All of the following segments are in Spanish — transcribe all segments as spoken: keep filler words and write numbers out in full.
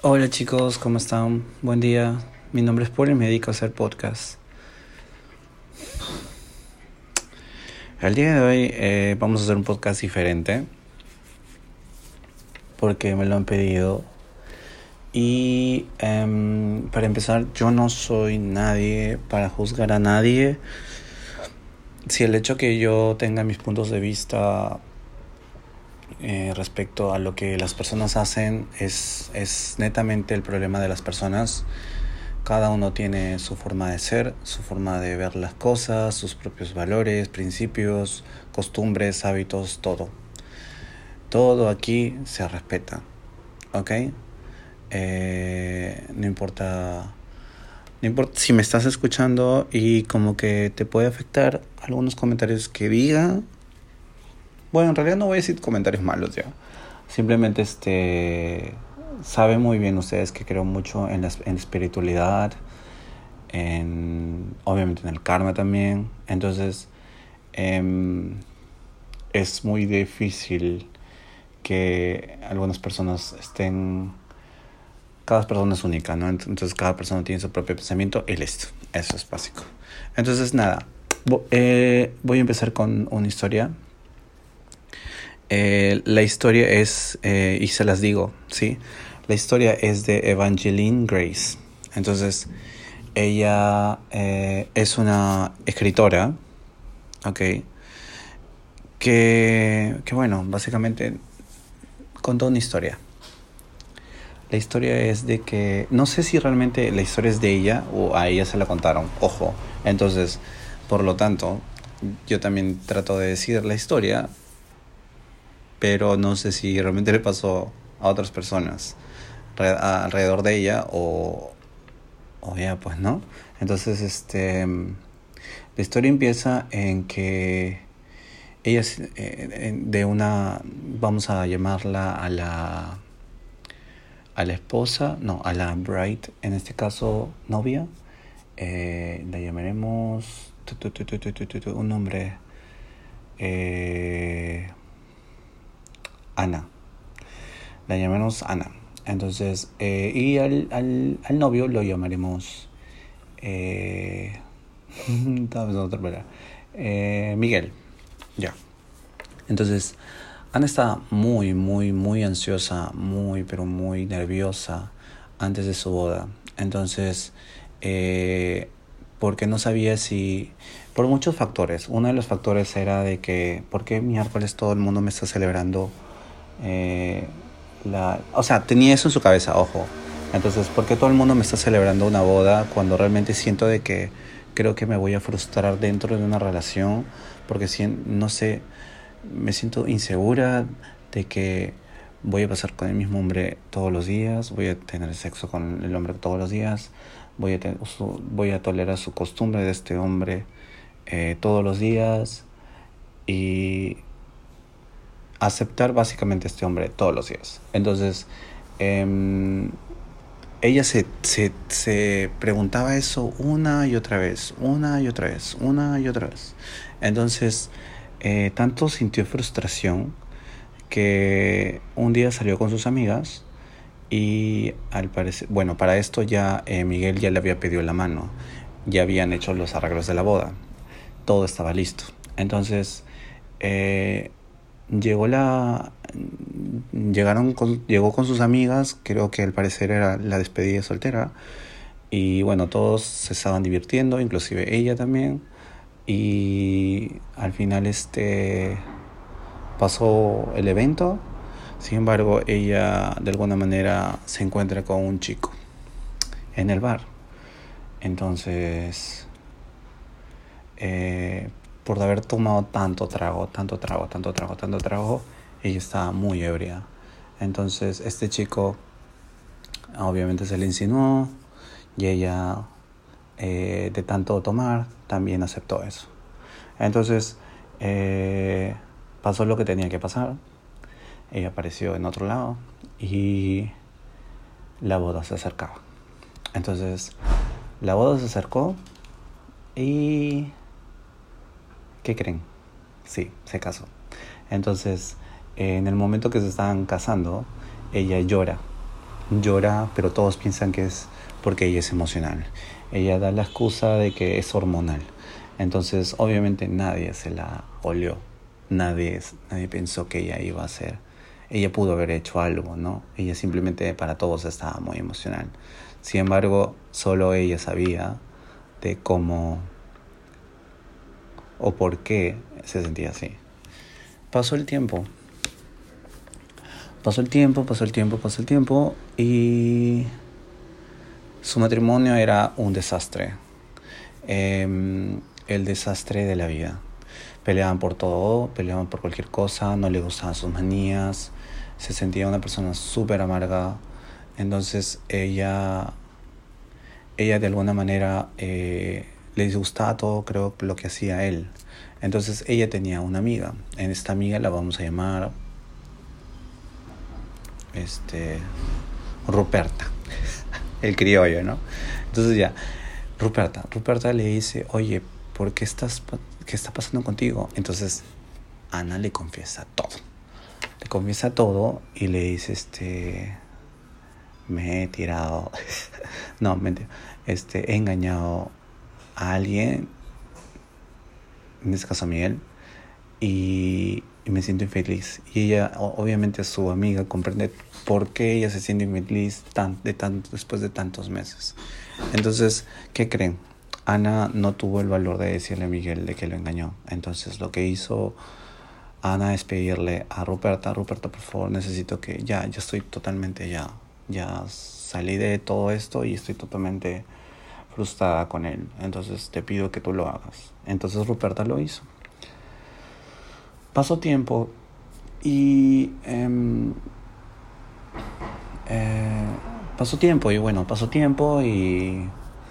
Hola chicos, ¿cómo están? Buen día. Mi nombre es Paul y me dedico a hacer podcast. El día de hoy eh, vamos a hacer un podcast diferente porque me lo han pedido. Y um, para empezar, yo no soy nadie para juzgar a nadie. Si el hecho que yo tenga mis puntos de vista eh, respecto a lo que las personas hacen es, es netamente el problema de las personas. Cada uno tiene su forma de ser, su forma de ver las cosas, sus propios valores, principios, costumbres, hábitos, todo. Todo aquí se respeta, ¿ok? Eh, no importa, no importa si me estás escuchando y como que te puede afectar algunos comentarios que diga. Bueno, en realidad no voy a decir comentarios malos ya. Simplemente este saben muy bien ustedes que creo mucho en la, en espiritualidad, en, obviamente en el karma también. Entonces eh, es muy difícil que algunas personas estén, cada persona es única, ¿no? Entonces cada persona tiene su propio pensamiento y listo, eso es básico. Entonces nada, eh, voy a empezar con una historia. Eh, la historia es, eh, y se las digo, ¿sí? La historia es de Evangeline Grace. Entonces, ella eh, es una escritora, ¿ok? Que, que, bueno, básicamente contó una historia. La historia es de que, no sé si realmente la historia es de ella o a ella se la contaron, ojo. Entonces, por lo tanto, yo también trato de decir la historia, pero no sé si realmente le pasó a otras personas alrededor de ella o, o ya pues no. Entonces este la historia empieza en que ella es eh, de una, vamos a llamarla a la a la esposa, no, a la bride, en este caso novia, eh, la llamaremos tu, tu, tu, tu, tu, tu, tu, un nombre, eh, Ana. La llamaremos Ana. Entonces, eh, y al, al, al novio lo llamaremos eh, otra palabra, eh, Miguel. Ya. Entonces, Ana está muy, muy, muy ansiosa, muy, pero muy nerviosa antes de su boda. Entonces, eh, porque no sabía si, por muchos factores. Uno de los factores era de que, ¿por qué miércoles todo el mundo me está celebrando? Eh, la, o sea, tenía eso en su cabeza, ojo. Entonces, ¿por qué todo el mundo me está celebrando una boda cuando realmente siento de que creo que me voy a frustrar dentro de una relación? Porque si, no sé, me siento insegura de que voy a pasar con el mismo hombre todos los días, voy a tener sexo con el hombre todos los días, voy a, tener, voy a tolerar su costumbre de este hombre eh, todos los días y aceptar básicamente a este hombre todos los días. Entonces, eh, ella se, se, se preguntaba eso una y otra vez, una y otra vez, una y otra vez. Entonces, eh, tanto sintió frustración que un día salió con sus amigas y al parecer, bueno, para esto ya eh, Miguel ya le había pedido la mano, ya habían hecho los arreglos de la boda, todo estaba listo. Entonces, eh, llegó la llegaron con, llegó con sus amigas, creo que al parecer era la despedida soltera, y bueno, todos se estaban divirtiendo, inclusive ella también, y al final este pasó el evento. Sin embargo, ella de alguna manera se encuentra con un chico en el bar. Entonces eh, por haber tomado tanto trago, tanto trago, tanto trago, tanto trago, ella estaba muy ebria. Entonces este chico obviamente se le insinuó y ella eh, de tanto tomar también aceptó eso. Entonces eh, pasó lo que tenía que pasar. Ella apareció en otro lado y la boda se acercaba. Entonces la boda se acercó y ¿qué creen? Sí, se casó. Entonces, eh, en el momento que se estaban casando, ella llora, llora, pero todos piensan que es porque ella es emocional. Ella da la excusa de que es hormonal. Entonces, obviamente nadie se la olió. Nadie, nadie pensó que ella iba a hacer. Ella pudo haber hecho algo, ¿no? Ella simplemente para todos estaba muy emocional. Sin embargo, solo ella sabía de cómo o por qué se sentía así. Pasó el tiempo. Pasó el tiempo, pasó el tiempo, pasó el tiempo y su matrimonio era un desastre. Eh, el desastre de la vida. Peleaban por todo, peleaban por cualquier cosa, no le gustaban sus manías, se sentía una persona súper amarga. Entonces ella, ella de alguna manera eh, le disgustaba todo, creo, lo que hacía él. Entonces ella tenía una amiga. En esta amiga la vamos a llamar este Ruperta, el criollo, ¿no? Entonces ya, Ruperta, Ruperta le dice, oye, ¿por qué estás, qué está pasando contigo? Entonces Ana le confiesa todo. Le confiesa todo y le dice, este, me he tirado, no, mentira, este, he engañado a alguien, en este caso a Miguel, y, y me siento infeliz. Y ella, obviamente su amiga, comprende por qué ella se siente infeliz tan, de tan, después de tantos meses. Entonces, ¿qué creen? Ana no tuvo el valor de decirle a Miguel de que lo engañó. Entonces lo que hizo Ana es pedirle a Ruperta, Ruperta, por favor, necesito que ya, ya estoy totalmente ya, ya salí de todo esto y estoy totalmente frustrada con él. Entonces te pido que tú lo hagas. Entonces Ruperta lo hizo. Pasó tiempo y eh, eh, pasó tiempo y bueno, pasó tiempo y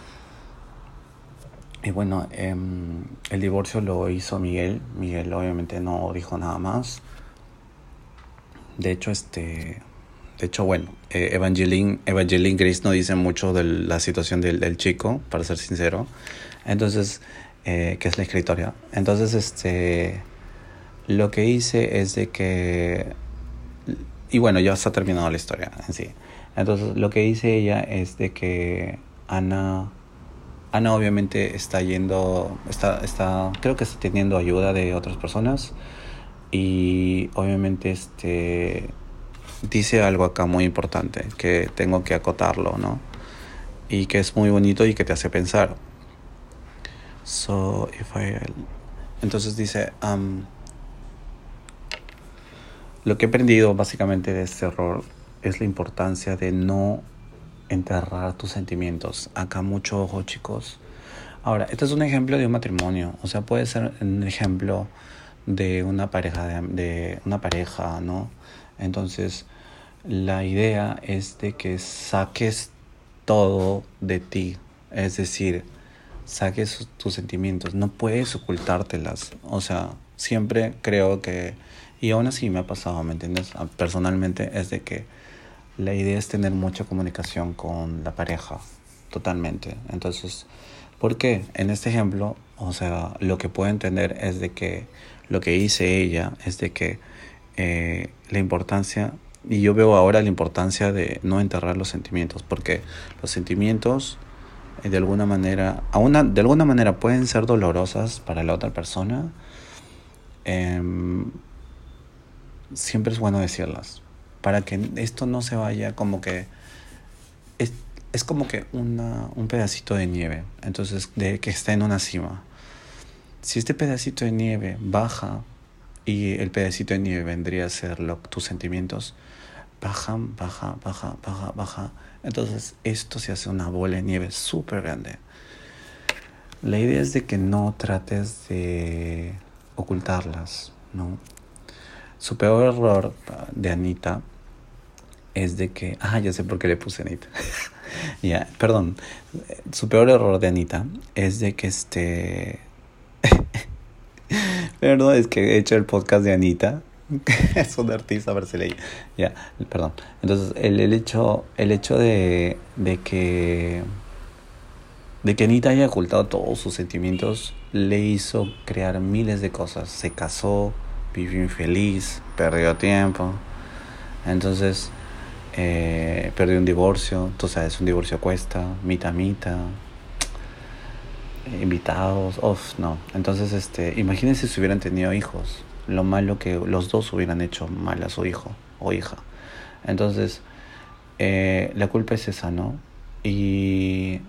y bueno, eh, el divorcio lo hizo Miguel. Miguel obviamente no dijo nada más. De hecho, este, de hecho bueno, eh, Evangeline, Evangeline Grace no dice mucho de la situación del, del chico, para ser sincero. Entonces, eh, que es la escritora. Entonces, este, lo que hice es de que, y bueno, ya está terminado la historia en sí. Entonces, lo que hice ella es de que Ana Ana obviamente está yendo, está, está, creo que está teniendo ayuda de otras personas y obviamente este dice algo acá muy importante que tengo que acotarlo, ¿no? Y que es muy bonito y que te hace pensar. So, if I... Entonces dice, um, lo que he aprendido básicamente de este error es la importancia de no enterrar tus sentimientos. Acá mucho ojo, chicos. Ahora, este es un ejemplo de un matrimonio. O sea, puede ser un ejemplo de una pareja, de, de una pareja, ¿no? Entonces, la idea es de que saques todo de ti. Es decir, saques tus sentimientos. No puedes ocultártelas. O sea, siempre creo que... Y aún así me ha pasado, ¿me entiendes? Personalmente es de que la idea es tener mucha comunicación con la pareja, totalmente. Entonces, ¿por qué? En este ejemplo, o sea, lo que puedo entender es de que lo que hice ella es de que eh, la importancia, y yo veo ahora la importancia de no enterrar los sentimientos, porque los sentimientos eh, de alguna manera, a una, de alguna manera pueden ser dolorosas para la otra persona. Eh, siempre es bueno decirlas, para que esto no se vaya como que... Es, es como que una, un pedacito de nieve, entonces de que está en una cima. Si este pedacito de nieve baja y el pedacito de nieve vendría a ser lo, tus sentimientos, bajan, baja, baja, baja, baja. Entonces esto se hace una bola de nieve súper grande. La idea es de que no trates de ocultarlas, ¿no? Su peor error de Anita es de que... Ah, ya sé por qué le puse Anita. Ya, yeah, perdón. Su peor error de Anita es de que este... Perdón, es que he hecho el podcast de Anita. Es una artista brasileña. Ya, yeah, perdón. Entonces, el, el hecho, el hecho de, de que... De que Anita haya ocultado todos sus sentimientos le hizo crear miles de cosas. Se casó, vivió infeliz, perdió tiempo. Entonces... eh, perdió un divorcio, tú sabes, un divorcio cuesta, mita mita, invitados, uff, no. Entonces, este, imagínense si hubieran tenido hijos, lo malo que los dos hubieran hecho mal a su hijo o hija. Entonces, eh, la culpa es esa, ¿no? Y,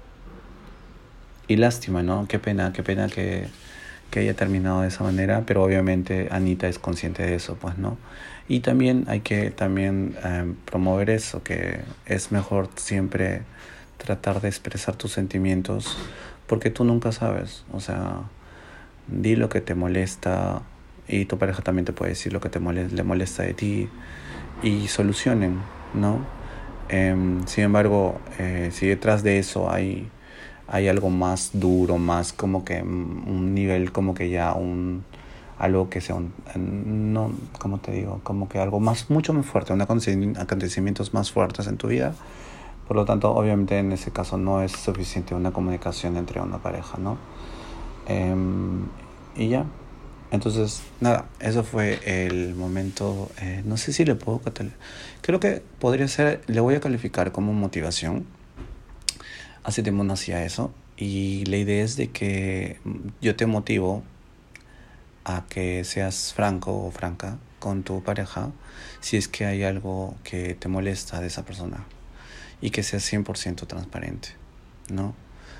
y lástima, ¿no? Qué pena, qué pena que, que haya terminado de esa manera, pero obviamente Anita es consciente de eso, pues, ¿no? Y también hay que también eh, promover eso, que es mejor siempre tratar de expresar tus sentimientos, porque tú nunca sabes, o sea, di lo que te molesta y tu pareja también te puede decir lo que te molesta, le molesta de ti y solucionen, ¿no? Eh, sin embargo, eh, si detrás de eso hay, hay algo más duro, más como que un nivel, como que ya un algo que sea un, no, ¿cómo te digo? Como que algo más, mucho más fuerte, un acontecimientos más fuertes en tu vida. Por lo tanto, obviamente en ese caso no es suficiente una comunicación entre una pareja, ¿no? Eh, y ya. Entonces, nada, eso fue el momento, eh, no sé si le puedo catalogar, creo que podría ser, le voy a calificar como motivación. Hace tiempo no hacía eso y la idea es de que yo te motivo a que seas franco o franca con tu pareja si es que hay algo que te molesta de esa persona y que seas cien por ciento transparente, ¿no?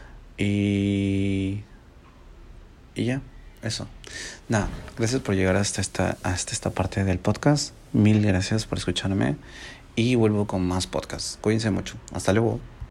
Y, y ya. Eso. Nada, gracias por llegar hasta esta, hasta esta parte del podcast. Mil gracias por escucharme. Y vuelvo con más podcasts. Cuídense mucho. Hasta luego.